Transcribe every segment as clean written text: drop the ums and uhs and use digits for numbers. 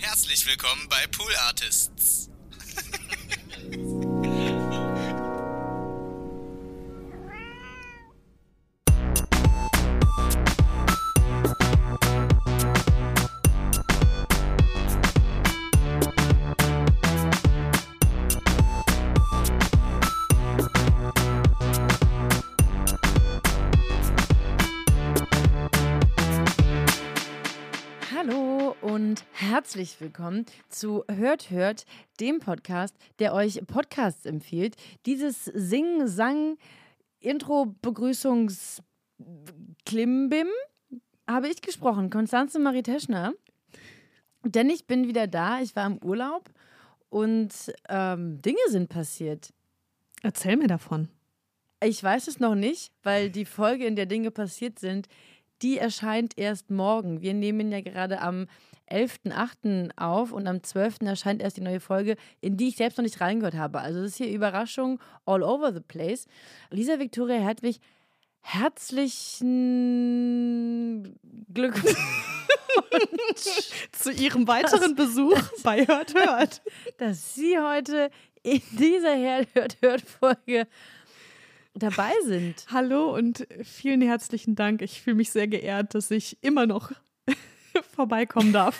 Herzlich willkommen bei Pool Artists. Hallo und herzlich willkommen zu Hört, dem Podcast, der euch Podcasts empfiehlt. Dieses Sing-Sang-Intro-Begrüßungs-Klimbim habe ich gesprochen, Konstanze Marie Teschner. Denn ich bin wieder da, ich war im Urlaub und Dinge sind passiert. Erzähl mir davon. Ich weiß es noch nicht, weil die Folge, in der Dinge passiert sind, die erscheint erst morgen. Wir nehmen ja gerade am 11.8. auf und am 12. erscheint erst die neue Folge, in die ich selbst noch nicht reingehört habe. Also es ist hier Überraschung all over the place. Lisa Victoria Hertwig, herzlichen Glückwunsch zu ihrem weiteren Besuch bei Hört. Dass Sie heute in dieser Hört-Folge dabei sind. Hallo und vielen herzlichen Dank. Ich fühle mich sehr geehrt, dass ich immer noch vorbeikommen darf.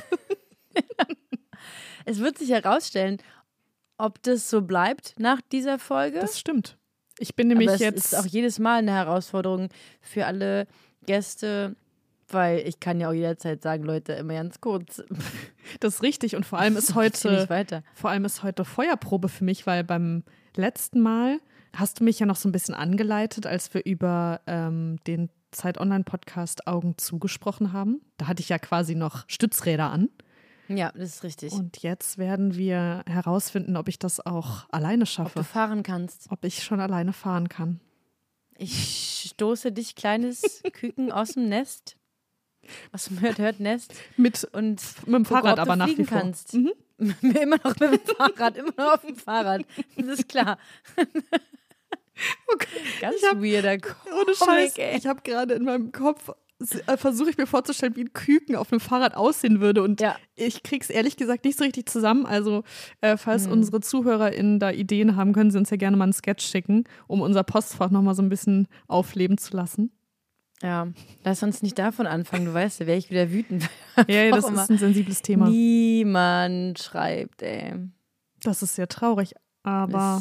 Es wird sich herausstellen, ob das so bleibt nach dieser Folge. Das stimmt. Ich bin nämlich Aber es jetzt ist auch jedes Mal eine Herausforderung für alle Gäste, weil ich kann ja auch jederzeit sagen, Leute, immer ganz kurz. Das ist richtig und vor allem ist heute Feuerprobe für mich, weil beim letzten Mal hast du mich ja noch so ein bisschen angeleitet, als wir über den Zeit-Online-Podcast Augen zugesprochen haben. Da hatte ich ja quasi noch Stützräder an. Ja, das ist richtig. Und jetzt werden wir herausfinden, ob ich das auch alleine schaffe. Ob du fahren kannst. Ob ich schon alleine fahren kann. Ich stoße dich, kleines Küken, aus dem Nest. Aus dem Hört-Nest. Mit dem Fahrrad aber nach wie vor. Kannst. Mhm. Immer noch mit dem Fahrrad, immer noch auf dem Fahrrad. Das ist klar. Okay. Ganz weirder Comic, ohne Scheiß, ich habe gerade in meinem Kopf, versuche ich mir vorzustellen, wie ein Küken auf einem Fahrrad aussehen würde und ich krieg's ehrlich gesagt nicht so richtig zusammen, also falls unsere ZuhörerInnen da Ideen haben, können sie uns ja gerne mal einen Sketch schicken, um unser Postfach nochmal so ein bisschen aufleben zu lassen. Ja, lass uns nicht davon anfangen, du weißt, da wäre ich wieder wütend. Ja, das ist ein sensibles Thema. Niemand schreibt, ey. Das ist sehr traurig, aber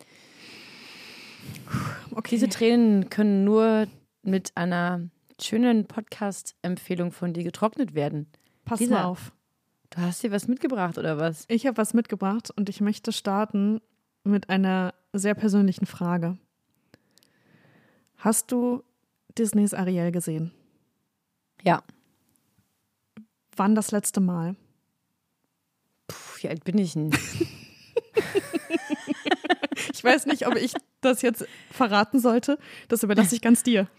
okay. Diese Tränen können nur mit einer schönen Podcast-Empfehlung von dir getrocknet werden. Pass mal auf. Du hast dir was mitgebracht, oder was? Ich habe was mitgebracht und ich möchte starten mit einer sehr persönlichen Frage. Hast du Disneys Ariel gesehen? Ja. Wann das letzte Mal? Wie alt bin ich denn? Ich weiß nicht, ob ich das jetzt verraten sollte. Das überlasse ich ganz dir.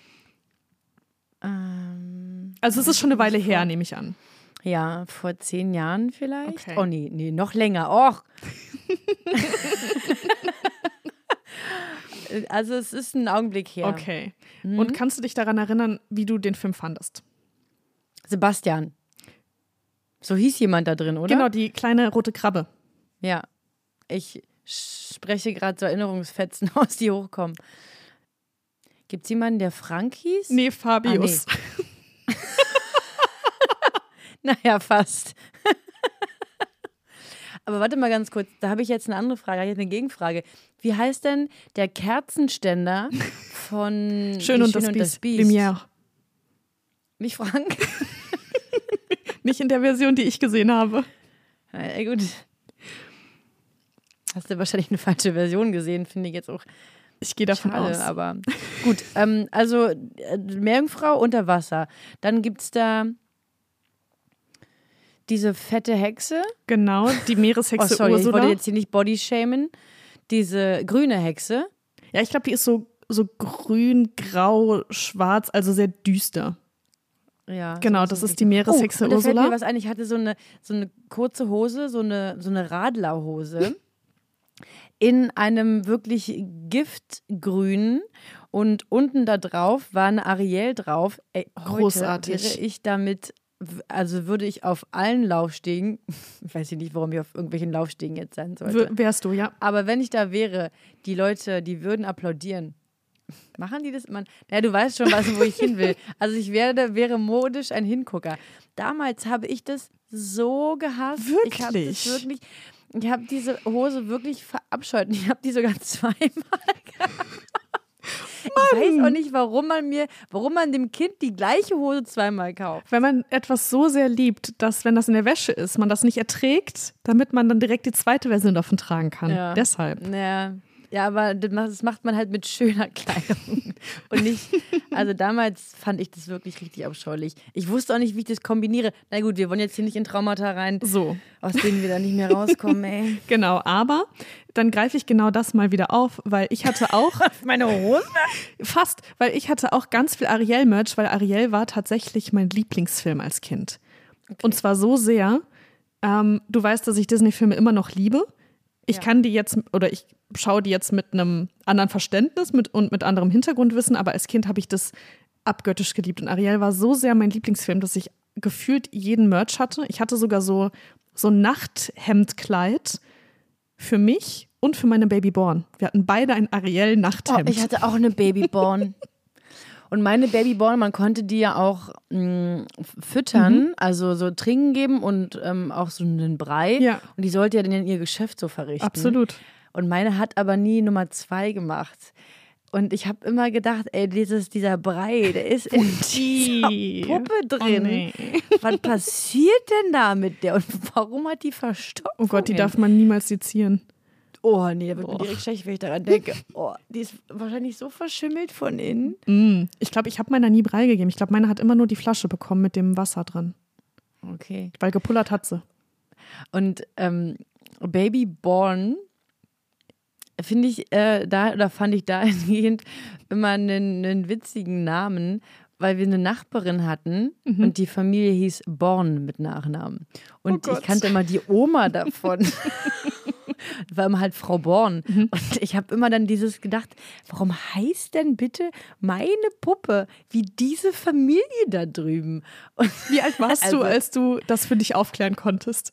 Also es ist schon eine Weile her, nehme ich an. Ja, vor 10 Jahren vielleicht. Okay. Oh nee, noch länger. Och. Also es ist ein Augenblick her. Okay. Und kannst du dich daran erinnern, wie du den Film fandest? Sebastian. So hieß jemand da drin, oder? Genau, die kleine rote Krabbe. Ja. Ich spreche gerade so Erinnerungsfetzen aus, die hochkommen. Gibt es jemanden, der Frank hieß? Nee, Fabius. Nee. Naja, fast. Aber warte mal ganz kurz, da habe ich jetzt eine andere Frage, eine Gegenfrage. Wie heißt denn der Kerzenständer von Schön und das Biest? Lumière. Nicht Frank? Nicht in der Version, die ich gesehen habe. Ja, gut. Hast du wahrscheinlich eine falsche Version gesehen, finde ich jetzt auch. Ich gehe davon aus. Aber gut, also Meerjungfrau unter Wasser. Dann gibt es da diese fette Hexe. Genau, die Meereshexe Ursula. Ich wollte jetzt hier nicht bodyshamen. Diese grüne Hexe. Ja, ich glaube, die ist so grün, grau, schwarz, also sehr düster. Ja. Genau, das ist die Meereshexe Ursula. Da fällt mir was ein, ich hatte so eine kurze Hose, so eine Radlerhose in einem wirklich giftgrün und unten da drauf war eine Ariel drauf. Ey, großartig. Heute wäre ich damit also würde ich auf allen Laufstegen, ich weiß nicht, warum ich auf irgendwelchen Laufstegen jetzt sein sollte. Wärst du, ja. Aber wenn ich da wäre, die Leute, die würden applaudieren. Machen die das immer? Ja, du weißt schon, wo ich hin will. Also ich wäre modisch ein Hingucker. Damals habe ich das so gehasst. Wirklich? Ich habe diese Hose wirklich verabscheut. Ich habe die sogar zweimal gehabt. Ich weiß auch nicht, warum man dem Kind die gleiche Hose zweimal kauft. Wenn man etwas so sehr liebt, dass, wenn das in der Wäsche ist, man das nicht erträgt, damit man dann direkt die zweite Version davon tragen kann. Ja. Deshalb. Ja, aber das macht man halt mit schöner Kleidung. Und nicht, also damals fand ich das wirklich richtig abscheulich. Ich wusste auch nicht, wie ich das kombiniere. Na gut, wir wollen jetzt hier nicht in Traumata rein, aus denen wir da nicht mehr rauskommen, ey. Genau, aber dann greife ich genau das mal wieder auf, weil ich hatte auch meine Hose? Fast, weil ich hatte auch ganz viel Ariel-Merch, weil Ariel war tatsächlich mein Lieblingsfilm als Kind. Okay. Und zwar so sehr, du weißt, dass ich Disney-Filme immer noch liebe. Ich kann die jetzt, oder ich schaue die jetzt mit einem anderen Verständnis und mit anderem Hintergrundwissen, aber als Kind habe ich das abgöttisch geliebt. Und Ariel war so sehr mein Lieblingsfilm, dass ich gefühlt jeden Merch hatte. Ich hatte sogar so ein Nachthemdkleid für mich und für meine Babyborn. Wir hatten beide ein Ariel-Nachthemd. Oh, ich hatte auch eine Babyborn. Und meine Babyborn, man konnte die ja auch füttern, also so trinken geben und auch so einen Brei. Ja. Und die sollte ja dann ihr Geschäft so verrichten. Absolut. Und meine hat aber nie Nummer 2 gemacht. Und ich habe immer gedacht, ey, dieser Brei, der ist in dieser Puppe drin. Oh nee. Was passiert denn da mit der? Und warum hat die Verstopfung? Oh Gott, die darf man niemals sezieren. Oh nee, da wird mir direkt schlecht, wenn ich daran denke. Oh, die ist wahrscheinlich so verschimmelt von innen. Ich glaube, ich habe meiner nie Brei gegeben. Ich glaube, meine hat immer nur die Flasche bekommen mit dem Wasser drin. Okay. Weil gepullert hat sie. Und Babyborn finde ich fand ich dahingehend immer einen witzigen Namen, weil wir eine Nachbarin hatten und die Familie hieß Born mit Nachnamen. Und ich kannte immer die Oma davon. War immer halt Frau Born. Und ich habe immer dann gedacht, warum heißt denn bitte meine Puppe wie diese Familie da drüben? Und wie alt warst du, als du das für dich aufklären konntest?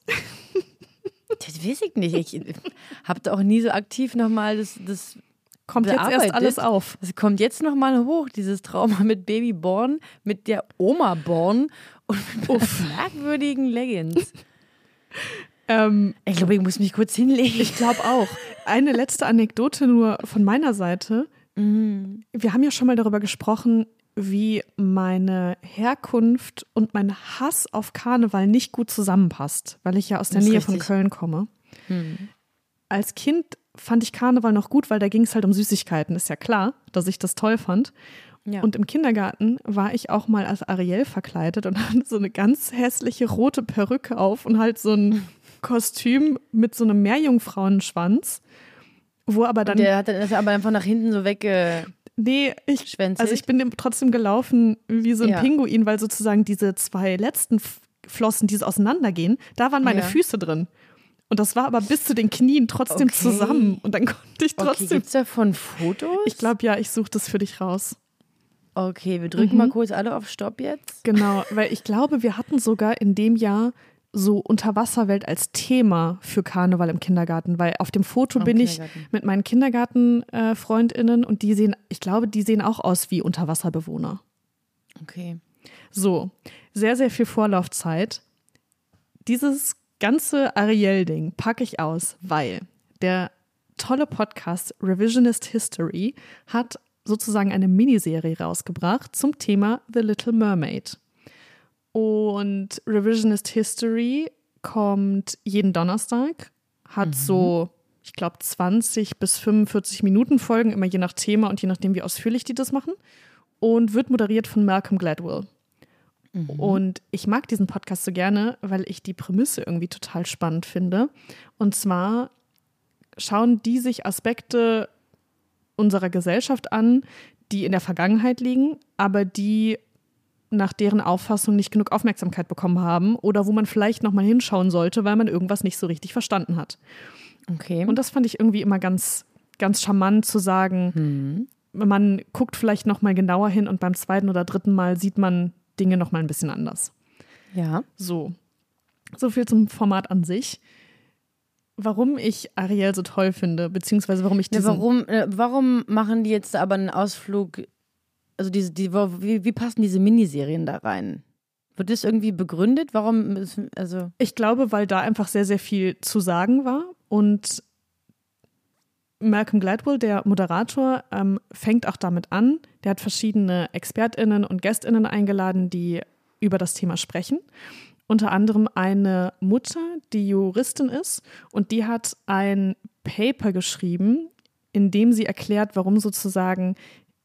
Das weiß ich nicht. Ich habe da auch nie so aktiv nochmal das kommt jetzt erst alles auf. Es kommt jetzt nochmal hoch, dieses Trauma mit Baby Born, mit der Oma Born und mit merkwürdigen Leggings. Ich glaube, ich muss mich kurz hinlegen. Ich glaube auch. Eine letzte Anekdote nur von meiner Seite. Wir haben ja schon mal darüber gesprochen, wie meine Herkunft und mein Hass auf Karneval nicht gut zusammenpasst, weil ich ja aus der Nähe von Köln komme. Als Kind fand ich Karneval noch gut, weil da ging es halt um Süßigkeiten. Ist ja klar, dass ich das toll fand. Ja. Und im Kindergarten war ich auch mal als Ariel verkleidet und hatte so eine ganz hässliche rote Perücke auf und halt so ein Kostüm mit so einem Meerjungfrauenschwanz, wo aber dann... Der hat dann aber einfach nach hinten so Nee, ich bin trotzdem gelaufen wie so ein Pinguin, weil sozusagen diese 2 letzten Flossen, die so auseinandergehen, da waren meine Füße drin. Und das war aber bis zu den Knien trotzdem zusammen. Und dann konnte ich trotzdem... Okay, gibt's davon Fotos? Ich glaube, ja, ich suche das für dich raus. Okay, wir drücken mal kurz alle auf Stopp jetzt. Genau, weil ich glaube, wir hatten sogar in dem Jahr so Unterwasserwelt als Thema für Karneval im Kindergarten, weil auf dem Foto bin ich mit meinen Kindergartenfreundinnen und ich glaube, die sehen auch aus wie Unterwasserbewohner. Okay. So, sehr, sehr viel Vorlaufzeit. Dieses ganze Ariel-Ding packe ich aus, weil der tolle Podcast Revisionist History hat sozusagen eine Miniserie rausgebracht zum Thema The Little Mermaid. Und Revisionist History kommt jeden Donnerstag, hat so, ich glaube, 20 bis 45 Minuten Folgen, immer je nach Thema und je nachdem, wie ausführlich die das machen. Und wird moderiert von Malcolm Gladwell. Und ich mag diesen Podcast so gerne, weil ich die Prämisse irgendwie total spannend finde. Und zwar schauen die sich Aspekte unserer Gesellschaft an, die in der Vergangenheit liegen, aber die nach deren Auffassung nicht genug Aufmerksamkeit bekommen haben oder wo man vielleicht nochmal hinschauen sollte, weil man irgendwas nicht so richtig verstanden hat. Okay. Und das fand ich irgendwie immer ganz, ganz charmant zu sagen, man guckt vielleicht nochmal genauer hin und beim 2. oder 3. Mal sieht man Dinge nochmal ein bisschen anders. Ja. So viel zum Format an sich. Warum ich Ariel so toll finde, beziehungsweise warum ich warum machen die jetzt aber einen Ausflug, also wie passen diese Miniserien da rein? Wird das irgendwie begründet? Warum, also? Ich glaube, weil da einfach sehr, sehr viel zu sagen war und Malcolm Gladwell, der Moderator, fängt auch damit an. Der hat verschiedene ExpertInnen und GästInnen eingeladen, die über das Thema sprechen. Unter anderem eine Mutter, die Juristin ist und die hat ein Paper geschrieben, in dem sie erklärt, warum sozusagen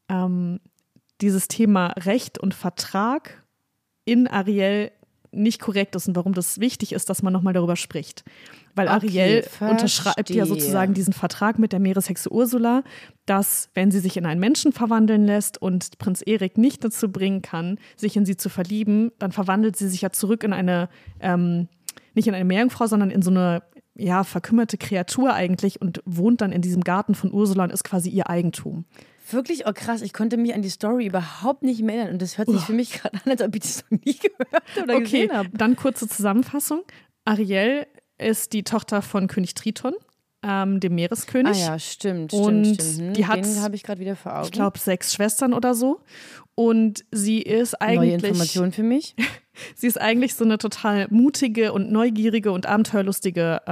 dieses Thema Recht und Vertrag in Ariel nicht korrekt ist und warum das wichtig ist, dass man nochmal darüber spricht. Weil Ariel unterschreibt ja sozusagen diesen Vertrag mit der Meereshexe Ursula, dass, wenn sie sich in einen Menschen verwandeln lässt und Prinz Erik nicht dazu bringen kann, sich in sie zu verlieben, dann verwandelt sie sich ja zurück in eine, nicht in eine Meerjungfrau, sondern in so eine verkümmerte Kreatur eigentlich und wohnt dann in diesem Garten von Ursula und ist quasi ihr Eigentum. Wirklich? Oh krass, ich konnte mich an die Story überhaupt nicht mehr erinnern und das hört sich für mich gerade an, als ob ich das noch nie gehört oder gesehen habe. Dann kurze Zusammenfassung. Ariel ist die Tochter von König Triton, dem Meereskönig. Ah ja, stimmt. Die hat, den habe ich gerade wieder vor Augen. Ich glaube, 6 Schwestern oder so. Und sie ist eigentlich… Neue Information für mich. Sie ist eigentlich so eine total mutige und neugierige und abenteuerlustige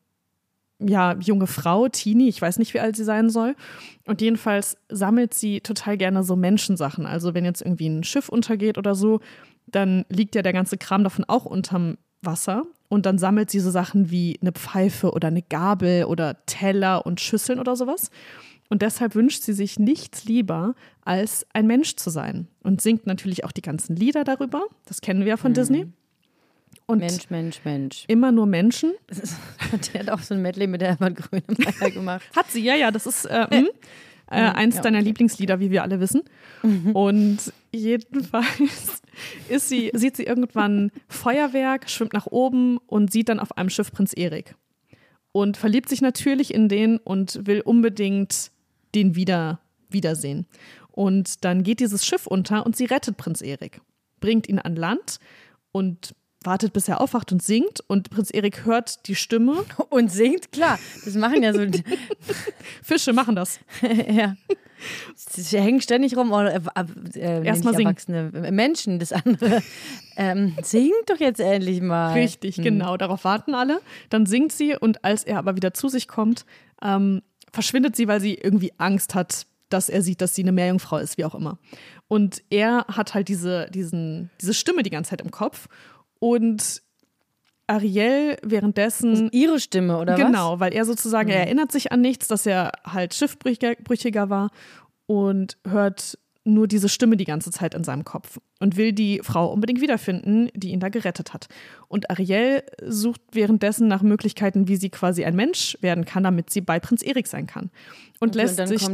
junge Frau, Teenie, ich weiß nicht, wie alt sie sein soll. Und jedenfalls sammelt sie total gerne so Menschensachen. Also wenn jetzt irgendwie ein Schiff untergeht oder so, dann liegt ja der ganze Kram davon auch unterm Wasser. Und dann sammelt sie so Sachen wie eine Pfeife oder eine Gabel oder Teller und Schüsseln oder sowas. Und deshalb wünscht sie sich nichts lieber, als ein Mensch zu sein. Und singt natürlich auch die ganzen Lieder darüber. Das kennen wir ja von Disney. Und Mensch. Immer nur Menschen. Der hat auch so ein Medley mit der Herbert Grönemeyer gemacht. Hat sie, ja. Das ist eins deiner Lieblingslieder, wie wir alle wissen. Und jedenfalls sieht sie irgendwann Feuerwerk, schwimmt nach oben und sieht dann auf einem Schiff Prinz Erik. Und verliebt sich natürlich in den und will unbedingt den wiedersehen. Und dann geht dieses Schiff unter und sie rettet Prinz Erik. Bringt ihn an Land und wartet, bis er aufwacht und singt. Und Prinz Erik hört die Stimme. Und singt? Klar, das machen ja so… Fische machen das. Ja. Sie hängen ständig rum. Erstmal singen. Erwachsene Menschen, das andere. Singt doch jetzt endlich mal. Richtig, genau. Darauf warten alle. Dann singt sie und als er aber wieder zu sich kommt, verschwindet sie, weil sie irgendwie Angst hat, dass er sieht, dass sie eine Meerjungfrau ist, wie auch immer. Und er hat halt diese Stimme die ganze Zeit im Kopf. Und Ariel währenddessen… Das ist ihre Stimme, oder was? Genau, weil er sozusagen, er erinnert sich an nichts, dass er halt schiffbrüchiger war und hört nur diese Stimme die ganze Zeit in seinem Kopf und will die Frau unbedingt wiederfinden, die ihn da gerettet hat. Und Ariel sucht währenddessen nach Möglichkeiten, wie sie quasi ein Mensch werden kann, damit sie bei Prinz Erik sein kann. Und lässt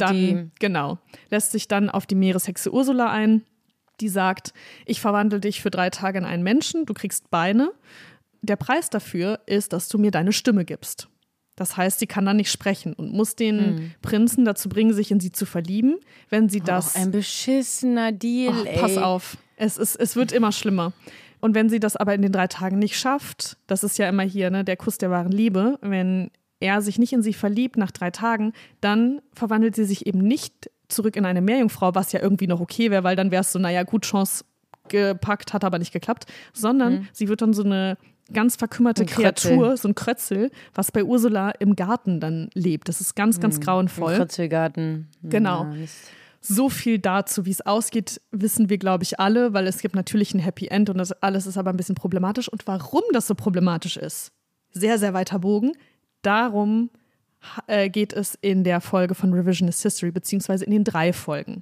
sich dann auf die Meereshexe Ursula ein, die sagt, ich verwandle dich für 3 Tage in einen Menschen, du kriegst Beine. Der Preis dafür ist, dass du mir deine Stimme gibst. Das heißt, sie kann dann nicht sprechen und muss den Prinzen dazu bringen, sich in sie zu verlieben. Wenn sie das… ein beschissener Deal, ey. Pass auf, es wird immer schlimmer. Und wenn sie das aber in den 3 Tagen nicht schafft, das ist ja immer hier, ne, der Kuss der wahren Liebe, wenn er sich nicht in sie verliebt nach 3 Tagen, dann verwandelt sie sich eben nicht zurück in eine Meerjungfrau, was ja irgendwie noch okay wäre, weil dann wäre es so, naja, gut, Chance gepackt, hat aber nicht geklappt, sondern sie wird dann so eine ganz verkümmerte Kreatur, so ein Krötzel, was bei Ursula im Garten dann lebt. Das ist ganz, ganz grauenvoll. Im Krötzelgarten. Genau. Ja, so viel dazu, wie es ausgeht, wissen wir, glaube ich, alle, weil es gibt natürlich ein Happy End und das alles ist aber ein bisschen problematisch. Und warum das so problematisch ist, sehr, sehr weiter Bogen, darum geht es in der Folge von Revisionist History, beziehungsweise in den 3 Folgen.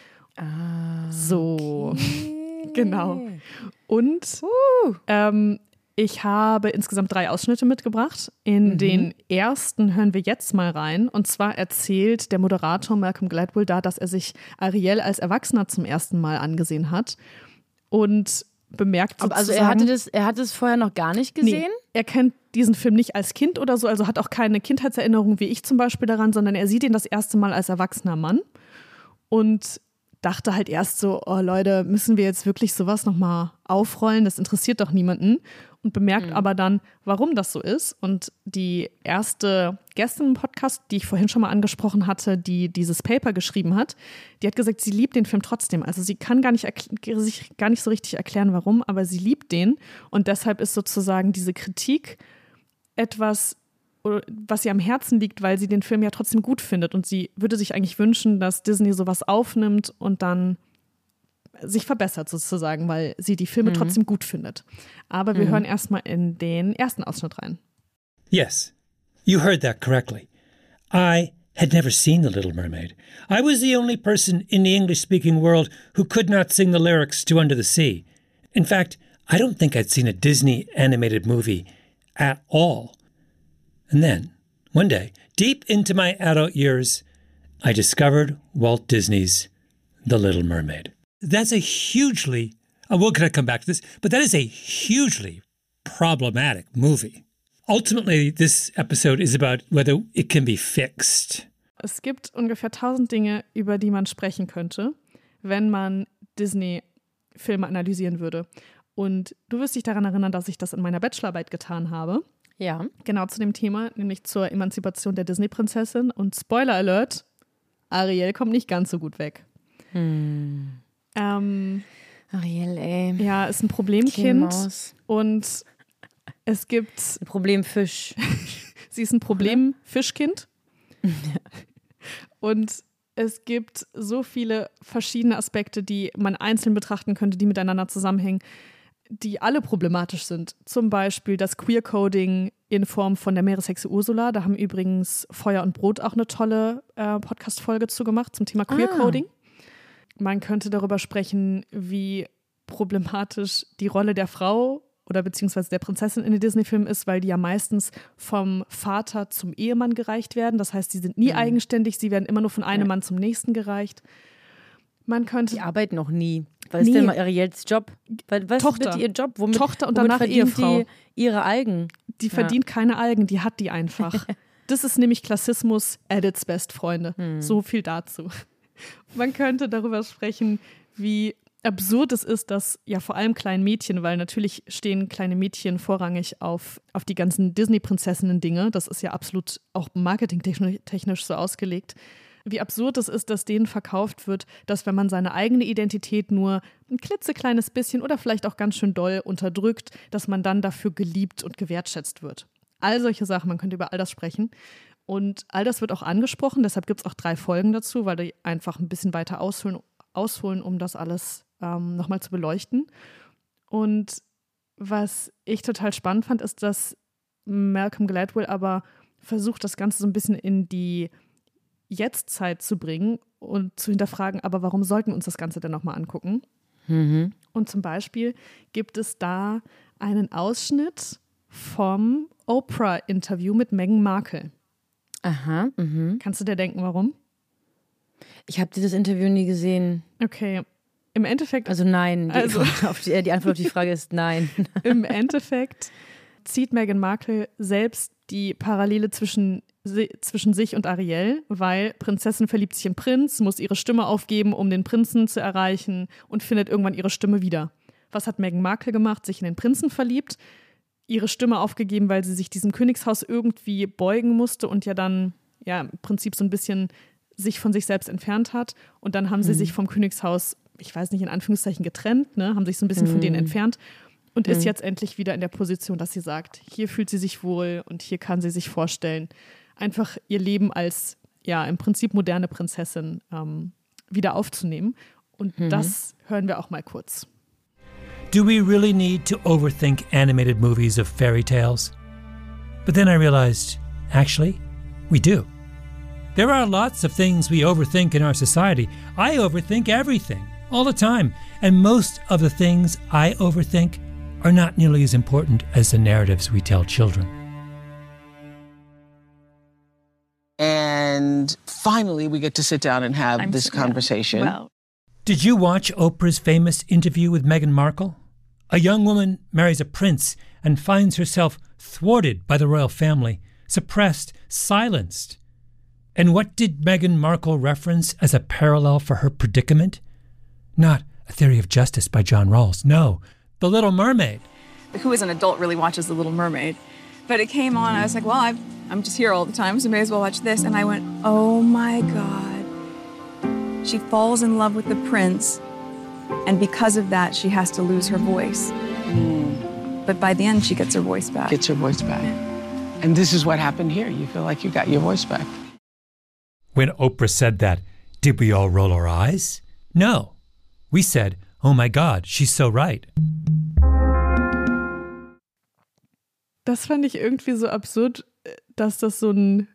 So, okay. Genau. Und ich habe insgesamt 3 Ausschnitte mitgebracht. In den ersten hören wir jetzt mal rein. Und zwar erzählt der Moderator Malcolm Gladwell da, dass er sich Ariel als Erwachsener zum ersten Mal angesehen hat. Und bemerkt sozusagen… Also er hat es vorher noch gar nicht gesehen? Nee, er kennt diesen Film nicht als Kind oder so, also hat auch keine Kindheitserinnerung wie ich zum Beispiel daran, sondern er sieht ihn das erste Mal als erwachsener Mann. Und dachte halt erst so, oh Leute, müssen wir jetzt wirklich sowas nochmal aufrollen? Das interessiert doch niemanden. Und bemerkt aber dann, warum das so ist. Und die erste Gästin im Podcast, die ich vorhin schon mal angesprochen hatte, die dieses Paper geschrieben hat, die hat gesagt, sie liebt den Film trotzdem. Also sie kann sich gar nicht so richtig erklären, warum, aber sie liebt den. Und deshalb ist sozusagen diese Kritik etwas, was ihr am Herzen liegt, weil sie den Film ja trotzdem gut findet. Und sie würde sich eigentlich wünschen, dass Disney sowas aufnimmt und dann sich verbessert sozusagen, weil sie die Filme trotzdem gut findet. Aber wir hören erstmal in den ersten Ausschnitt rein. Yes, you heard that correctly. I had never seen The Little Mermaid. I was the only person in the English-speaking world who could not sing the lyrics to Under the Sea. In fact, I don't think I'd seen a Disney animated movie at all. And then, one day, deep into my adult years, I discovered Walt Disney's The Little Mermaid. That's a hugely, we're going to come back to this, but that is a hugely problematic movie. Ultimately, this episode is about whether it can be fixed. Es gibt ungefähr 1000 Dinge, über die man sprechen könnte, wenn man Disney-Filme analysieren würde. Und du wirst dich daran erinnern, dass ich das in meiner Bachelorarbeit getan habe. Ja. Genau zu dem Thema, nämlich zur Emanzipation der Disney-Prinzessin. Und Spoiler Alert, Ariel kommt nicht ganz so gut weg. Ariel, ey. Ja, ist ein Problemkind. Und es gibt... Ein Problemfisch. Sie ist ein Problemfischkind. Und es gibt so viele verschiedene Aspekte, die man einzeln betrachten könnte, die miteinander zusammenhängen, die alle problematisch sind. Zum Beispiel das Queer-Coding in Form von der Meereshexe Ursula. Da haben übrigens Feuer und Brot auch eine tolle Podcast-Folge zugemacht zum Thema Queer-Coding. Man könnte darüber sprechen, wie problematisch die Rolle der Frau oder beziehungsweise der Prinzessin in den Disney-Filmen ist, weil die ja meistens vom Vater zum Ehemann gereicht werden. Das heißt, sie sind nie eigenständig, sie werden immer nur von einem Mann zum nächsten gereicht. Man könnte... Die arbeiten noch nie. Was ist denn mal Ariels Job? Was Tochter. Wird ihr Job? Tochter und danach Ehefrau. Die ihre Algen? Die verdient keine Algen, die hat die einfach. Das ist nämlich Klassismus at its best, Freunde. So viel dazu. Man könnte darüber sprechen, wie absurd es ist, dass ja vor allem kleinen Mädchen, weil natürlich stehen kleine Mädchen vorrangig auf die ganzen Disney-Prinzessinnen-Dinge. Das ist ja absolut auch marketingtechnisch so ausgelegt. Wie absurd es ist, dass denen verkauft wird, dass wenn man seine eigene Identität nur ein klitzekleines bisschen oder vielleicht auch ganz schön doll unterdrückt, dass man dann dafür geliebt und gewertschätzt wird. All solche Sachen, man könnte über all das sprechen. Und all das wird auch angesprochen, deshalb gibt es auch 3 Folgen dazu, weil die einfach ein bisschen weiter ausholen, um das alles nochmal zu beleuchten. Und was ich total spannend fand, ist, dass Malcolm Gladwell aber versucht, das Ganze so ein bisschen in die Jetztzeit zu bringen und zu hinterfragen, aber warum sollten wir uns das Ganze denn nochmal angucken? Und zum Beispiel gibt es da einen Ausschnitt vom Oprah-Interview mit Meghan Markle. Aha. Kannst du dir denken, warum? Ich habe dieses Interview nie gesehen. Okay. Im Endeffekt. Also nein. Die Antwort auf die Frage ist nein. Im Endeffekt zieht Meghan Markle selbst die Parallele zwischen sich und Ariel, weil Prinzessin verliebt sich in Prinz, muss ihre Stimme aufgeben, um den Prinzen zu erreichen und findet irgendwann ihre Stimme wieder. Was hat Meghan Markle gemacht? Sich in den Prinzen verliebt, ihre Stimme aufgegeben, weil sie sich diesem Königshaus irgendwie beugen musste und ja dann im Prinzip so ein bisschen sich von sich selbst entfernt hat. Und dann haben sie sich vom Königshaus, ich weiß nicht, in Anführungszeichen getrennt, ne? Haben sich so ein bisschen von denen entfernt und ist jetzt endlich wieder in der Position, dass sie sagt, hier fühlt sie sich wohl und hier kann sie sich vorstellen, einfach ihr Leben als, im Prinzip moderne Prinzessin wieder aufzunehmen. Und das hören wir auch mal kurz. Do we really need to overthink animated movies of fairy tales? But then I realized, actually, we do. There are lots of things we overthink in our society. I overthink everything, all the time. And most of the things I overthink are not nearly as important as the narratives we tell children. And finally, we get to sit down and have this conversation. Well, Did you watch Oprah's famous interview with Meghan Markle? A young woman marries a prince and finds herself thwarted by the royal family, suppressed, silenced. And what did Meghan Markle reference as a parallel for her predicament? Not A Theory of Justice by John Rawls. No, The Little Mermaid. Who as an adult really watches The Little Mermaid? But it came on, I was like, well, I'm just here all the time, so may as well watch this. And I went, oh my God. She falls in love with the prince, and because of that, she has to lose her voice. But by the end, she gets her voice back. Gets her voice back. And this is what happened here. You feel like you got your voice back. When Oprah said that, did we all roll our eyes? No. We said, oh my God, she's so right. Das fand ich irgendwie so absurd, dass das so eine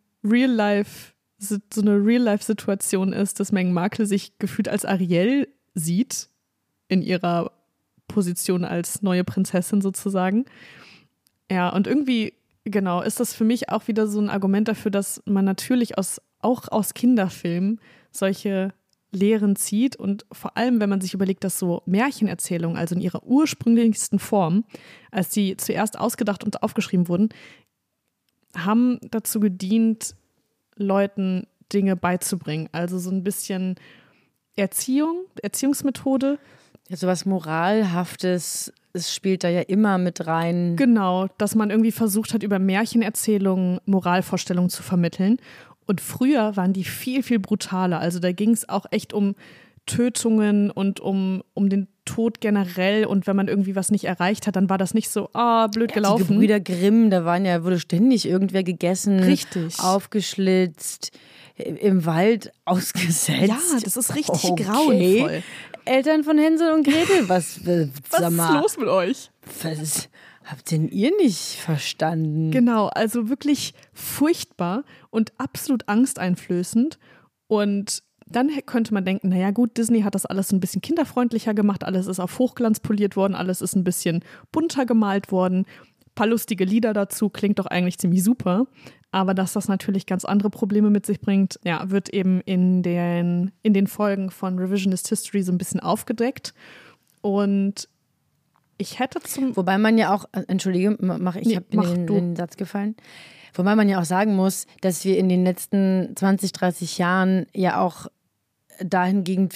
Real-Life-Situation ist, dass Meghan Markle sich gefühlt als Ariel sieht in ihrer Position als neue Prinzessin sozusagen. Ja, und irgendwie, genau, ist das für mich auch wieder so ein Argument dafür, dass man natürlich auch aus Kinderfilmen solche Lehren zieht und vor allem, wenn man sich überlegt, dass so Märchenerzählungen, also in ihrer ursprünglichsten Form, als die zuerst ausgedacht und aufgeschrieben wurden, haben dazu gedient, Leuten Dinge beizubringen. Also so ein bisschen Erziehungsmethode. Ja, sowas Moralhaftes, es spielt da ja immer mit rein. Genau, dass man irgendwie versucht hat, über Märchenerzählungen Moralvorstellungen zu vermitteln. Und früher waren die viel, viel brutaler. Also da ging es auch echt um Tötungen und um den Tod generell. Und wenn man irgendwie was nicht erreicht hat, dann war das nicht so, blöd gelaufen. Die Gebrüder Grimm, da wurde ständig irgendwer gegessen, richtig, aufgeschlitzt, im Wald ausgesetzt. Ja, das ist richtig grauenvoll. Eltern von Hänsel und Gretel, was ist los mit euch? Was habt denn ihr nicht verstanden? Genau, also wirklich furchtbar und absolut angsteinflößend. Und dann könnte man denken, naja gut, Disney hat das alles ein bisschen kinderfreundlicher gemacht, alles ist auf Hochglanz poliert worden, alles ist ein bisschen bunter gemalt worden. Ein paar lustige Lieder dazu, klingt doch eigentlich ziemlich super. Aber dass das natürlich ganz andere Probleme mit sich bringt, ja, wird eben in den Folgen von Revisionist History so ein bisschen aufgedeckt. Und ich hätte Wobei man ja auch, entschuldige, ich habe den Satz gefallen. Wobei man ja auch sagen muss, dass wir in den letzten 20, 30 Jahren ja auch dahingehend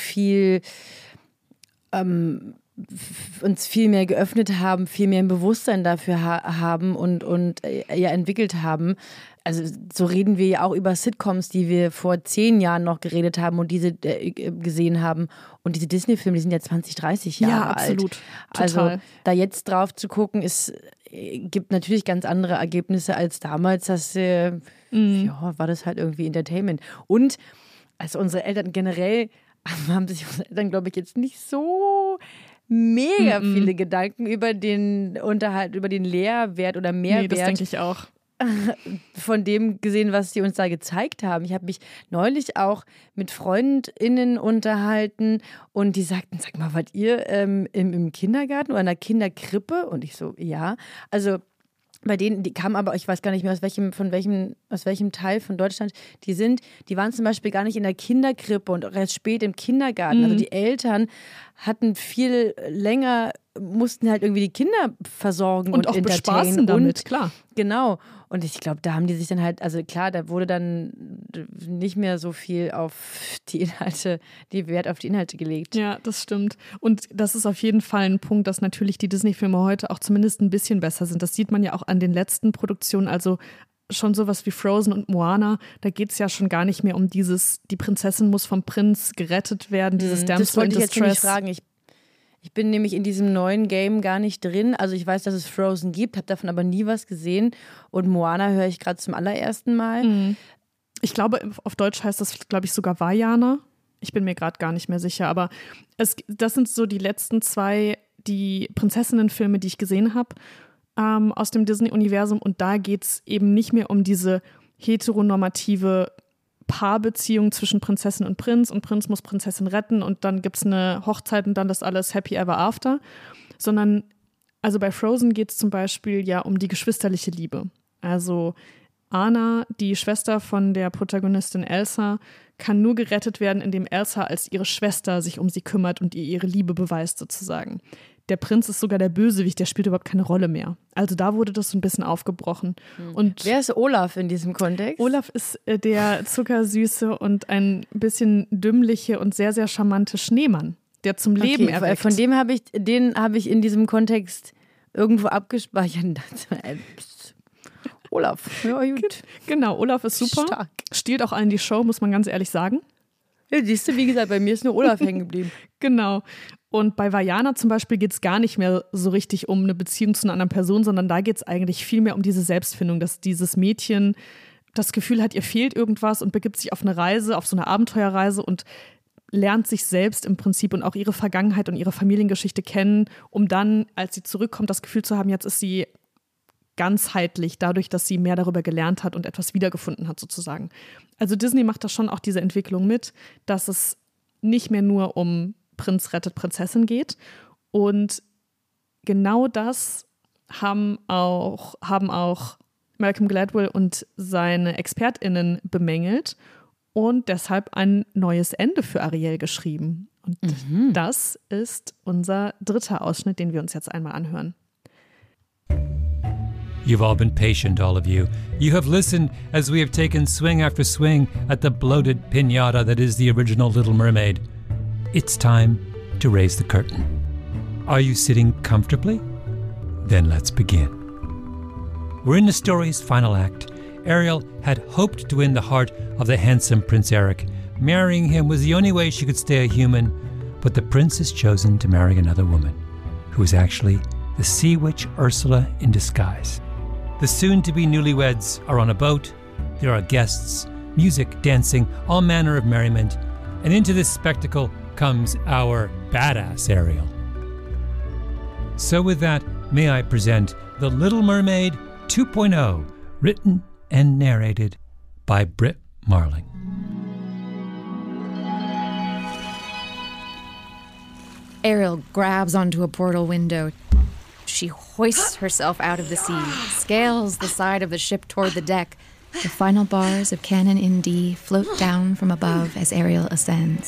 uns viel mehr geöffnet haben, viel mehr ein Bewusstsein dafür haben und ja entwickelt haben. Also so reden wir ja auch über Sitcoms, die wir vor 10 Jahren noch geredet haben und diese gesehen haben. Und diese Disney-Filme, die sind ja 20, 30 Jahre alt. Ja, absolut. Total. Also da jetzt drauf zu gucken, gibt natürlich ganz andere Ergebnisse als damals. War das halt irgendwie Entertainment. Und also unsere Eltern generell haben sich unsere Eltern, glaube ich, jetzt nicht so mega viele Gedanken über den Unterhalt, über den Lehrwert oder Mehrwert. Nee, das denke ich auch. Von dem gesehen, was sie uns da gezeigt haben. Ich habe mich neulich auch mit FreundInnen unterhalten und die sagten, sag mal, wart ihr im Kindergarten oder in einer Kinderkrippe? Und ich so, ja. Also bei denen, die kamen aber, ich weiß gar nicht mehr, aus welchem Teil von Deutschland die waren zum Beispiel gar nicht in der Kinderkrippe und auch erst spät im Kindergarten. Also die Eltern hatten viel länger, mussten halt irgendwie die Kinder versorgen und auch entertainen. Bespaßen damit, klar. Genau. Und ich glaube, da haben die sich dann halt, also klar, da wurde dann nicht mehr so viel auf Wert auf die Inhalte gelegt. Ja, das stimmt. Und das ist auf jeden Fall ein Punkt, dass natürlich die Disney-Filme heute auch zumindest ein bisschen besser sind. Das sieht man ja auch an den letzten Produktionen, also schon sowas wie Frozen und Moana, da geht es ja schon gar nicht mehr um die Prinzessin muss vom Prinz gerettet werden, dieses Damsel in Distress. Das wollte ich jetzt nicht fragen. Ich bin nämlich in diesem neuen Game gar nicht drin. Also ich weiß, dass es Frozen gibt, habe davon aber nie was gesehen. Und Moana höre ich gerade zum allerersten Mal. Ich glaube, auf Deutsch heißt das, glaube ich, sogar Vaiana. Ich bin mir gerade gar nicht mehr sicher. Aber das sind so die letzten 2, die Prinzessinnenfilme, die ich gesehen habe aus dem Disney-Universum. Und da geht es eben nicht mehr um diese heteronormative Paarbeziehung zwischen Prinzessin und Prinz muss Prinzessin retten und dann gibt es eine Hochzeit und dann das alles Happy Ever After, sondern also bei Frozen geht es zum Beispiel ja um die geschwisterliche Liebe. Also Anna, die Schwester von der Protagonistin Elsa, kann nur gerettet werden, indem Elsa als ihre Schwester sich um sie kümmert und ihr ihre Liebe beweist sozusagen. Der Prinz ist sogar der Bösewicht, der spielt überhaupt keine Rolle mehr. Also da wurde das so ein bisschen aufgebrochen. Und wer ist Olaf in diesem Kontext? Olaf ist der zuckersüße und ein bisschen dümmliche und sehr, sehr charmante Schneemann der zum Leben erweckt. Von den habe ich in diesem Kontext irgendwo abgespeichert. Olaf, ja gut. Genau, Olaf ist super. Stark. Stiehlt auch allen die Show, muss man ganz ehrlich sagen. Ja, siehst du, wie gesagt, bei mir ist nur Olaf hängen geblieben. Genau. Und bei Vajana zum Beispiel geht es gar nicht mehr so richtig um eine Beziehung zu einer anderen Person, sondern da geht es eigentlich viel mehr um diese Selbstfindung, dass dieses Mädchen das Gefühl hat, ihr fehlt irgendwas und begibt sich auf eine Reise, auf so eine Abenteuerreise und lernt sich selbst im Prinzip und auch ihre Vergangenheit und ihre Familiengeschichte kennen, um dann, als sie zurückkommt, das Gefühl zu haben, jetzt ist sie ganzheitlich, dadurch, dass sie mehr darüber gelernt hat und etwas wiedergefunden hat sozusagen. Also Disney macht da schon auch diese Entwicklung mit, dass es nicht mehr nur um Prinz rettet Prinzessin geht. Und genau das haben auch Malcolm Gladwell und seine ExpertInnen bemängelt und deshalb ein neues Ende für Ariel geschrieben. Und das ist unser dritter Ausschnitt, den wir uns jetzt einmal anhören. You've all been patient, all of you. You have listened as we have taken swing after swing at the bloated piñata that is the original Little Mermaid. It's time to raise the curtain. Are you sitting comfortably? Then let's begin. We're in the story's final act. Ariel had hoped to win the heart of the handsome Prince Eric. Marrying him was the only way she could stay a human, but the prince has chosen to marry another woman, who is actually the sea witch Ursula in disguise. The soon-to-be newlyweds are on a boat. There are guests, music, dancing, all manner of merriment. And into this spectacle comes our badass Ariel. So with that, may I present The Little Mermaid 2.0, written and narrated by Britt Marling. Ariel grabs onto a portal window. She hoists herself out of the sea, scales the side of the ship toward the deck. The final bars of Canon in D float down from above as Ariel ascends.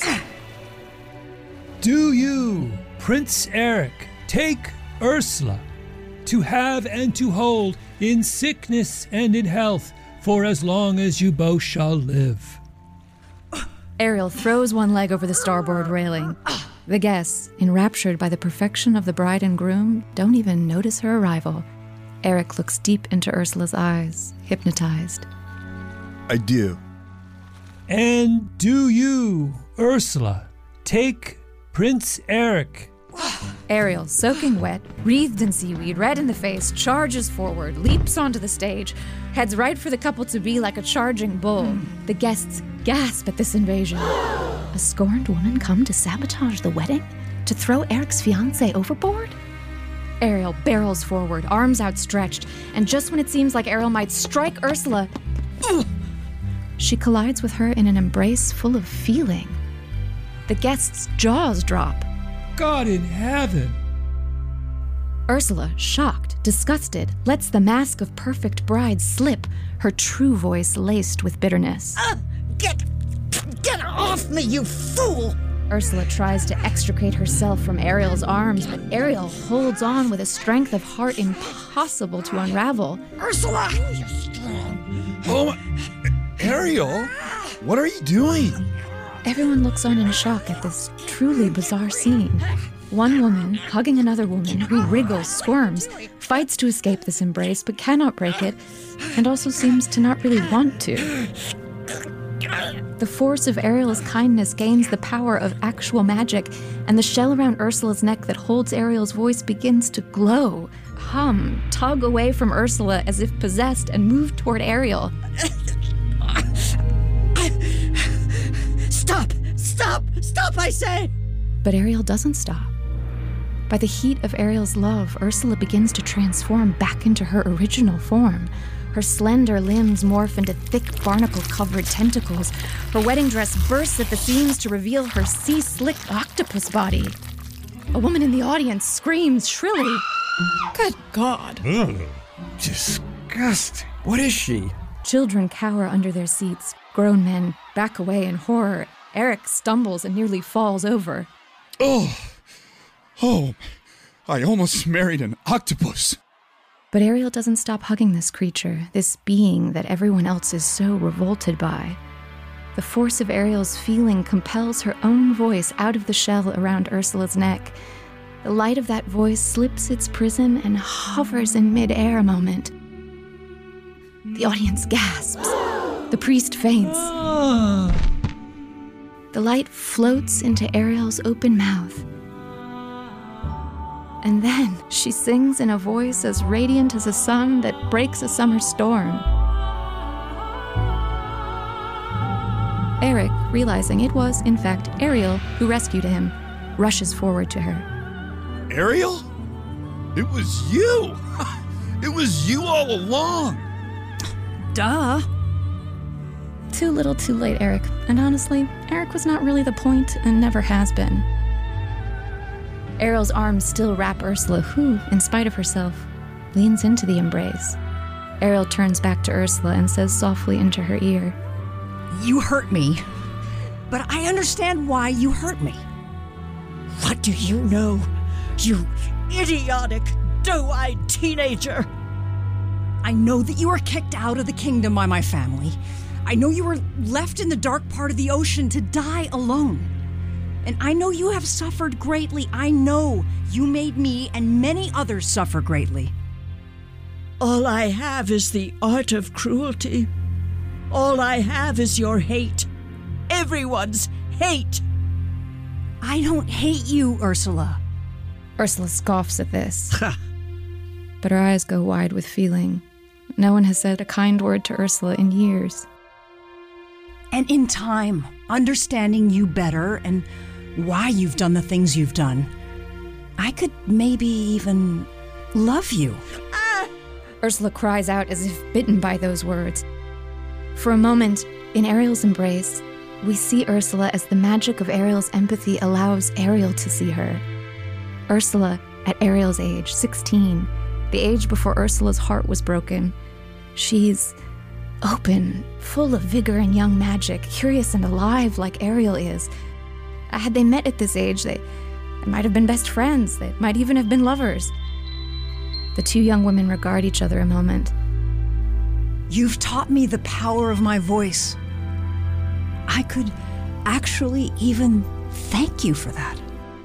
Do you, Prince Eric, take Ursula to have and to hold in sickness and in health for as long as you both shall live? Ariel throws one leg over the starboard railing. The guests, enraptured by the perfection of the bride and groom, don't even notice her arrival. Eric looks deep into Ursula's eyes, hypnotized. I do. And do you, Ursula, take Prince Eric? Ariel, soaking wet, wreathed in seaweed, red in the face, charges forward, leaps onto the stage, heads right for the couple-to-be like a charging bull. The guests gasp at this invasion. A scorned woman come to sabotage the wedding? To throw Eric's fiancé overboard? Ariel barrels forward, arms outstretched, and just when it seems like Ariel might strike Ursula, she collides with her in an embrace full of feeling. The guests' jaws drop. God in heaven! Ursula, shocked, disgusted, lets the mask of perfect bride slip, her true voice laced with bitterness. Get off me, you fool! Ursula tries to extricate herself from Ariel's arms, but Ariel holds on with a strength of heart impossible to unravel. Ursula! You're strong. Oh, Ariel! What are you doing? Everyone looks on in shock at this truly bizarre scene. One woman, hugging another woman, who wriggles, squirms, fights to escape this embrace, but cannot break it, and also seems to not really want to. The force of Ariel's kindness gains the power of actual magic, and the shell around Ursula's neck that holds Ariel's voice begins to glow, hum, tug away from Ursula as if possessed, and move toward Ariel. Stop, I say! But Ariel doesn't stop. By the heat of Ariel's love, Ursula begins to transform back into her original form. Her slender limbs morph into thick barnacle-covered tentacles. Her wedding dress bursts at the seams to reveal her sea-slicked octopus body. A woman in the audience screams shrilly. Good God. Ugh, disgusting. What is she? Children cower under their seats. Grown men back away in horror. Eric stumbles and nearly falls over. Oh, I almost married an octopus. But Ariel doesn't stop hugging this creature, this being that everyone else is so revolted by. The force of Ariel's feeling compels her own voice out of the shell around Ursula's neck. The light of that voice slips its prism and hovers in mid-air a moment. The audience gasps. The priest faints. The light floats into Ariel's open mouth. And then she sings in a voice as radiant as a sun that breaks a summer storm. Eric, realizing it was, in fact, Ariel who rescued him, rushes forward to her. Ariel? It was you! It was you all along! Duh. Too little, too late, Eric. And honestly, Eric was not really the point and never has been. Ariel's arms still wrap Ursula, who, in spite of herself, leans into the embrace. Ariel turns back to Ursula and says softly into her ear, You hurt me, but I understand why you hurt me. What do you know, you idiotic, doe-eyed teenager? I know that you were kicked out of the kingdom by my family. I know you were left in the dark part of the ocean to die alone. And I know you have suffered greatly. I know you made me and many others suffer greatly. All I have is the art of cruelty. All I have is your hate. Everyone's hate. I don't hate you, Ursula. Ursula scoffs at this. But her eyes go wide with feeling. No one has said a kind word to Ursula in years. And in time, understanding you better and why you've done the things you've done, I could maybe even love you. Ursula cries out as if bitten by those words. For a moment, in Ariel's embrace, we see Ursula as the magic of Ariel's empathy allows Ariel to see her. Ursula, at Ariel's age, 16, the age before Ursula's heart was broken. She's open, full of vigor and young magic, curious and alive like Ariel is. Had they met at this age, they might have been best friends. They might even have been lovers. The two young women regard each other a moment. You've taught me the power of my voice. I could actually even thank you for that.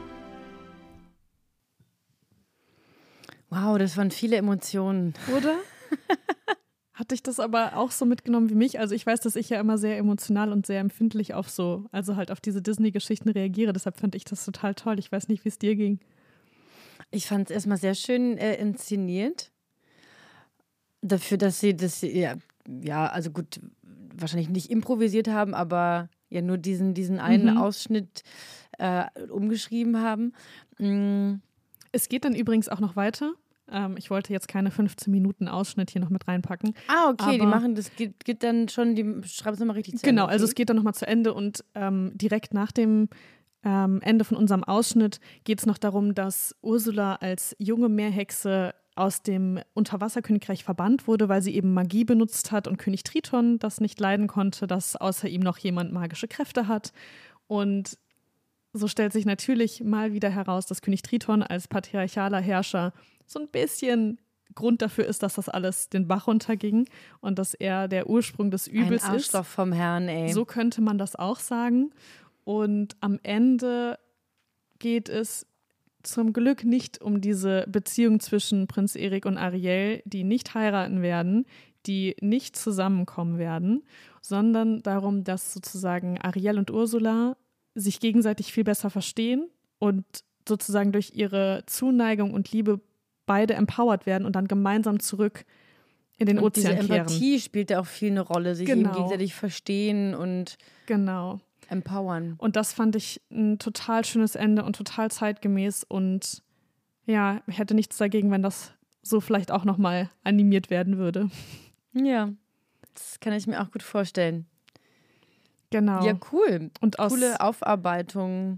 Wow, das waren viele Emotionen. Oder? Hat dich das aber auch so mitgenommen wie mich? Also ich weiß, dass ich ja immer sehr emotional und sehr empfindlich also halt auf diese Disney-Geschichten reagiere. Deshalb fand ich das total toll. Ich weiß nicht, wie es dir ging. Ich fand es erstmal sehr schön inszeniert. Dafür, dass sie das, ja, also gut, wahrscheinlich nicht improvisiert haben, aber ja nur diesen einen Ausschnitt umgeschrieben haben. Es geht dann übrigens auch noch weiter. Ich wollte jetzt keine 15 Minuten Ausschnitt hier noch mit reinpacken. Ah, okay, die machen das, geht dann schon, die schreiben es nochmal richtig zu Ende. Genau, also es geht dann nochmal zu Ende und direkt nach dem Ende von unserem Ausschnitt geht es noch darum, dass Ursula als junge Meerhexe aus dem Unterwasserkönigreich verbannt wurde, weil sie eben Magie benutzt hat und König Triton das nicht leiden konnte, dass außer ihm noch jemand magische Kräfte hat. Und so stellt sich natürlich mal wieder heraus, dass König Triton als patriarchaler Herrscher so ein bisschen Grund dafür ist, dass das alles den Bach runterging und dass er der Ursprung des Übels ist. Ein Arschloch vom Herrn, ey. So könnte man das auch sagen. Und am Ende geht es zum Glück nicht um diese Beziehung zwischen Prinz Erik und Ariel, die nicht heiraten werden, die nicht zusammenkommen werden, sondern darum, dass sozusagen Ariel und Ursula sich gegenseitig viel besser verstehen und sozusagen durch ihre Zuneigung und Liebe beide empowered werden und dann gemeinsam zurück in den Ozean kehren. Diese Empathie spielt ja auch viel eine Rolle, sich eben gegenseitig verstehen und empowern. Und das fand ich ein total schönes Ende und total zeitgemäß und ja, ich hätte nichts dagegen, wenn das so vielleicht auch nochmal animiert werden würde. Ja, das kann ich mir auch gut vorstellen. Genau. Ja, cool. Und coole Aufarbeitung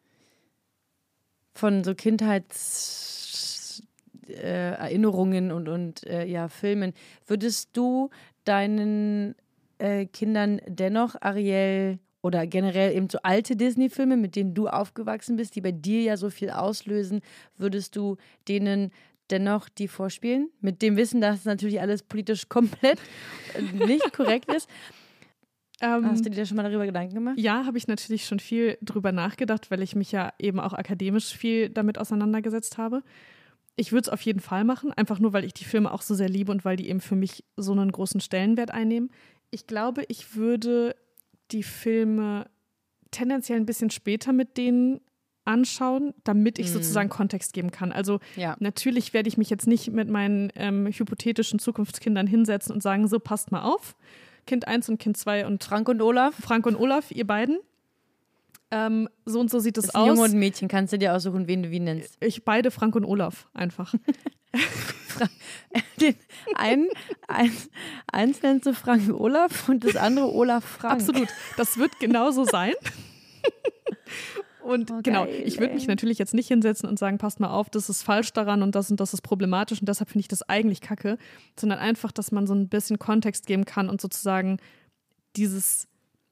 von so Kindheitserinnerungen und Filmen. Würdest du deinen Kindern dennoch Ariel oder generell eben so alte Disney-Filme, mit denen du aufgewachsen bist, die bei dir ja so viel auslösen, würdest du denen dennoch die vorspielen? Mit dem Wissen, dass natürlich alles politisch komplett nicht korrekt ist. Hast du dir schon mal darüber Gedanken gemacht? Ja, habe ich natürlich schon viel drüber nachgedacht, weil ich mich ja eben auch akademisch viel damit auseinandergesetzt habe. Ich würde es auf jeden Fall machen, einfach nur, weil ich die Filme auch so sehr liebe und weil die eben für mich so einen großen Stellenwert einnehmen. Ich glaube, ich würde die Filme tendenziell ein bisschen später mit denen anschauen, damit ich sozusagen Kontext geben kann. Also natürlich werde ich mich jetzt nicht mit meinen hypothetischen Zukunftskindern hinsetzen und sagen, so, passt mal auf, Kind 1 und Kind 2 und Frank und Olaf, ihr beiden. So und so sieht es aus. Junge und Mädchen, kannst du dir aussuchen, wen du wie nennst. Ich beide Frank und Olaf, einfach. Eins nennst du Frank und Olaf und das andere Olaf Frank. Absolut, das wird genauso sein. Und genau, ich würde mich natürlich jetzt nicht hinsetzen und sagen, passt mal auf, das ist falsch daran und das ist problematisch und deshalb finde ich das eigentlich kacke, sondern einfach, dass man so ein bisschen Kontext geben kann und sozusagen dieses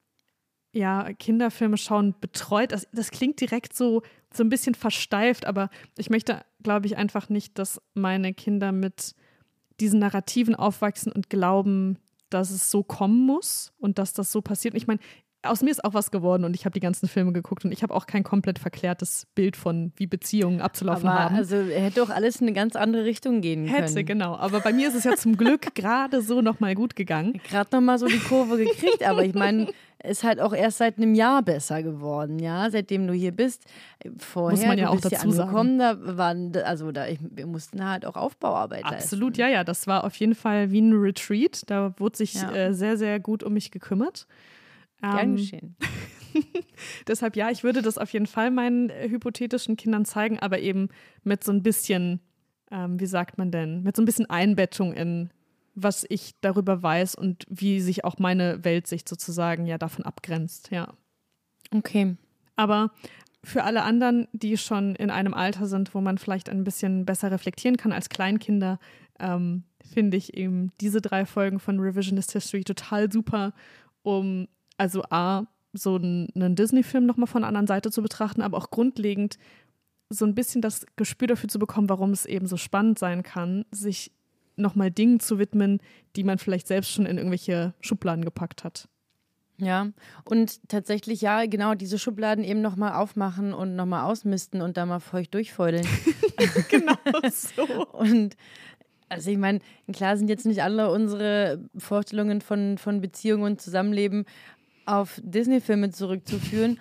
Kinderfilme schauen betreut. Das klingt direkt so ein bisschen versteift, aber ich möchte, glaube ich, einfach nicht, dass meine Kinder mit diesen Narrativen aufwachsen und glauben, dass es so kommen muss und dass das so passiert. Ich meine, aus mir ist auch was geworden und ich habe die ganzen Filme geguckt und ich habe auch kein komplett verklärtes Bild von, wie Beziehungen abzulaufen haben. Also hätte auch alles in eine ganz andere Richtung gehen können. Hätte, genau. Aber bei mir ist es ja zum Glück gerade so nochmal gut gegangen. Gerade nochmal so die Kurve gekriegt, aber ich meine, ist halt auch erst seit einem Jahr besser geworden, ja, seitdem du hier bist. Vorher, muss man ja du auch bist dazu hier angekommen, wir mussten halt auch Aufbauarbeit leisten. Absolut, ja, das war auf jeden Fall wie ein Retreat. Da wurde sich sehr, sehr gut um mich gekümmert. Gern geschehen. Deshalb ich würde das auf jeden Fall meinen hypothetischen Kindern zeigen, aber eben mit so ein bisschen, wie sagt man denn, mit so ein bisschen Einbettung in, was ich darüber weiß und wie sich auch meine Weltsicht sozusagen davon abgrenzt, ja. Okay. Aber für alle anderen, die schon in einem Alter sind, wo man vielleicht ein bisschen besser reflektieren kann als Kleinkinder, finde ich eben diese 3 Folgen von Revisionist History total super, um also so einen Disney-Film nochmal von der anderen Seite zu betrachten, aber auch grundlegend so ein bisschen das Gespür dafür zu bekommen, warum es eben so spannend sein kann, sich nochmal Dingen zu widmen, die man vielleicht selbst schon in irgendwelche Schubladen gepackt hat. Ja, und tatsächlich genau diese Schubladen eben nochmal aufmachen und nochmal ausmisten und da mal feucht durchfeudeln. Genau so. Und also ich meine, klar sind jetzt nicht alle unsere Vorstellungen von Beziehungen und Zusammenleben auf Disney-Filme zurückzuführen,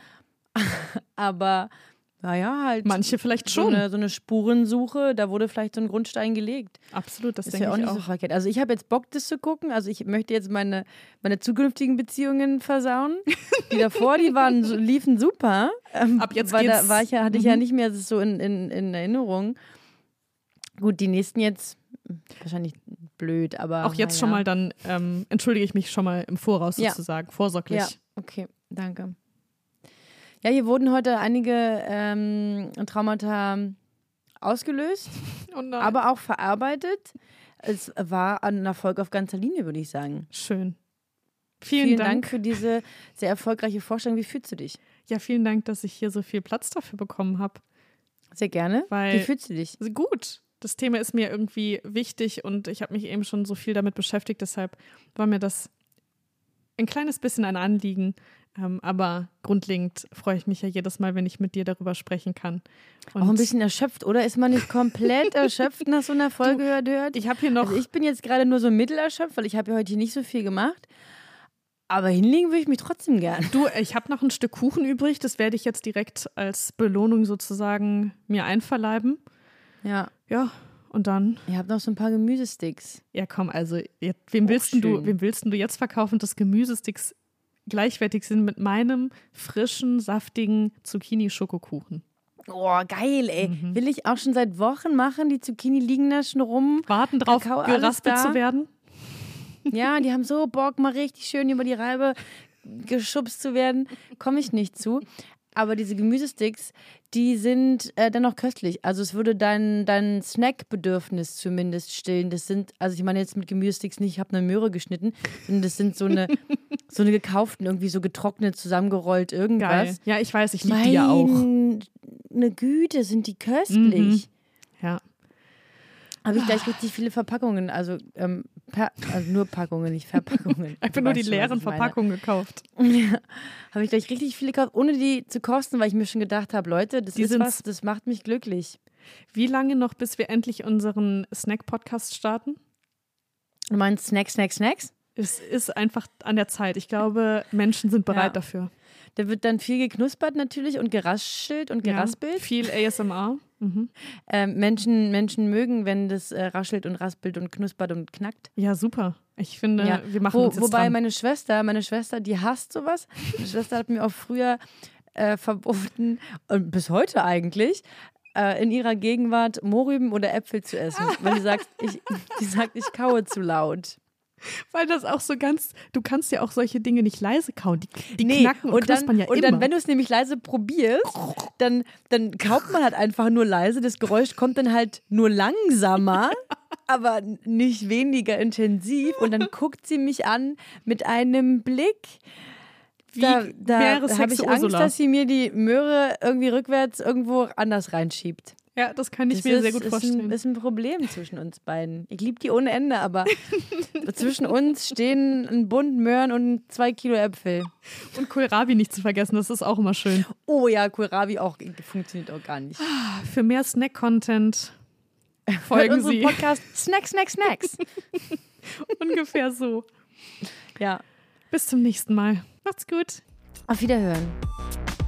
aber naja, halt. Manche vielleicht schon. So eine Spurensuche, da wurde vielleicht so ein Grundstein gelegt. Absolut, das ist denke ja auch ich nicht auch. so verkehrt. Also ich habe jetzt Bock, das zu gucken. Also ich möchte jetzt meine zukünftigen Beziehungen versauen. Die davor, liefen super. Ab jetzt geht's. Hatte ich ja nicht mehr so in Erinnerung. Gut, die nächsten jetzt wahrscheinlich blöd, aber auch jetzt schon mal dann entschuldige ich mich schon mal im Voraus sozusagen, vorsorglich. Ja, okay, danke. Ja, hier wurden heute einige Traumata ausgelöst, aber auch verarbeitet. Es war ein Erfolg auf ganzer Linie, würde ich sagen. Schön. Vielen Dank für diese sehr erfolgreiche Vorstellung. Wie fühlst du dich? Ja, vielen Dank, dass ich hier so viel Platz dafür bekommen habe. Sehr gerne. Wie fühlst du dich? Gut. Das Thema ist mir irgendwie wichtig und ich habe mich eben schon so viel damit beschäftigt. Deshalb war mir das ein kleines bisschen ein Anliegen. Aber grundlegend freue ich mich ja jedes Mal, wenn ich mit dir darüber sprechen kann. Und auch ein bisschen erschöpft, oder? Ist man nicht komplett erschöpft nach so einer Folge gehört? Ich habe hier noch. Also ich bin jetzt gerade nur so mittelerschöpft, weil ich habe ja heute hier nicht so viel gemacht. Aber hinlegen würde ich mich trotzdem gern. Du, ich habe noch ein Stück Kuchen übrig. Das werde ich jetzt direkt als Belohnung sozusagen mir einverleiben. Ja. Ja, und dann. Ihr habt noch so ein paar Gemüsesticks. Ja, komm, also wem willst du jetzt verkaufen, dass Gemüsesticks gleichwertig sind mit meinem frischen, saftigen Zucchini-Schokokuchen? Oh, geil, ey. Will ich auch schon seit Wochen machen. Die Zucchini liegen da schon rum. Warten drauf, geraspelt zu werden. Ja, die haben so Bock, mal richtig schön über die Reibe geschubst zu werden. Komme ich nicht zu. Aber diese Gemüsesticks, die sind dennoch köstlich. Also es würde dein Snackbedürfnis zumindest stillen. Das sind, also ich meine jetzt mit Gemüsesticks nicht, ich habe eine Möhre geschnitten, sondern das sind so eine gekauften, irgendwie so getrocknet, zusammengerollt irgendwas. Geil. Ja, ich weiß, ich liebe die ja auch. Eine Güte, sind die köstlich. Ja. Habe ich gleich richtig viele Verpackungen, also Also nur Packungen, nicht Verpackungen. Einfach nur die leeren Verpackungen gekauft. Ja, habe ich gleich richtig viele gekauft, ohne die zu kosten, weil ich mir schon gedacht habe, Leute, das macht mich glücklich. Wie lange noch, bis wir endlich unseren Snack-Podcast starten? Du meinst Snacks? Es ist einfach an der Zeit. Ich glaube, Menschen sind bereit dafür. Da wird dann viel geknuspert natürlich und geraschelt und geraspelt. Ja, viel ASMR. Mhm. Menschen mögen, wenn das raschelt und raspelt und knuspert und knackt. Ja, super. Ich finde, wir machen uns jetzt wobei dran. meine Schwester, die hasst sowas. Meine Schwester hat mir auch früher verboten, und bis heute eigentlich, in ihrer Gegenwart Mohrrüben oder Äpfel zu essen. Weil sie sagt, ich kaue zu laut. Weil das auch so du kannst ja auch solche Dinge nicht leise kauen. Die knacken und knuspern ja immer. Und dann, wenn du es nämlich leise probierst, dann kaut man halt einfach nur leise. Das Geräusch kommt dann halt nur langsamer, aber nicht weniger intensiv. Und dann guckt sie mich an mit einem Blick. Da habe ich Angst, dass sie mir die Möhre irgendwie rückwärts irgendwo anders reinschiebt. Ja, das kann ich mir sehr gut vorstellen. Das ist ein Problem zwischen uns beiden. Ich liebe die ohne Ende, aber zwischen uns stehen ein Bund Möhren und 2 Kilo Äpfel. Und Kohlrabi nicht zu vergessen, das ist auch immer schön. Oh ja, Kohlrabi funktioniert auch gar nicht. Für mehr Snack-Content folgen Sie. Podcast Snacks. Ungefähr so. Ja. Bis zum nächsten Mal. Macht's gut. Auf Wiederhören.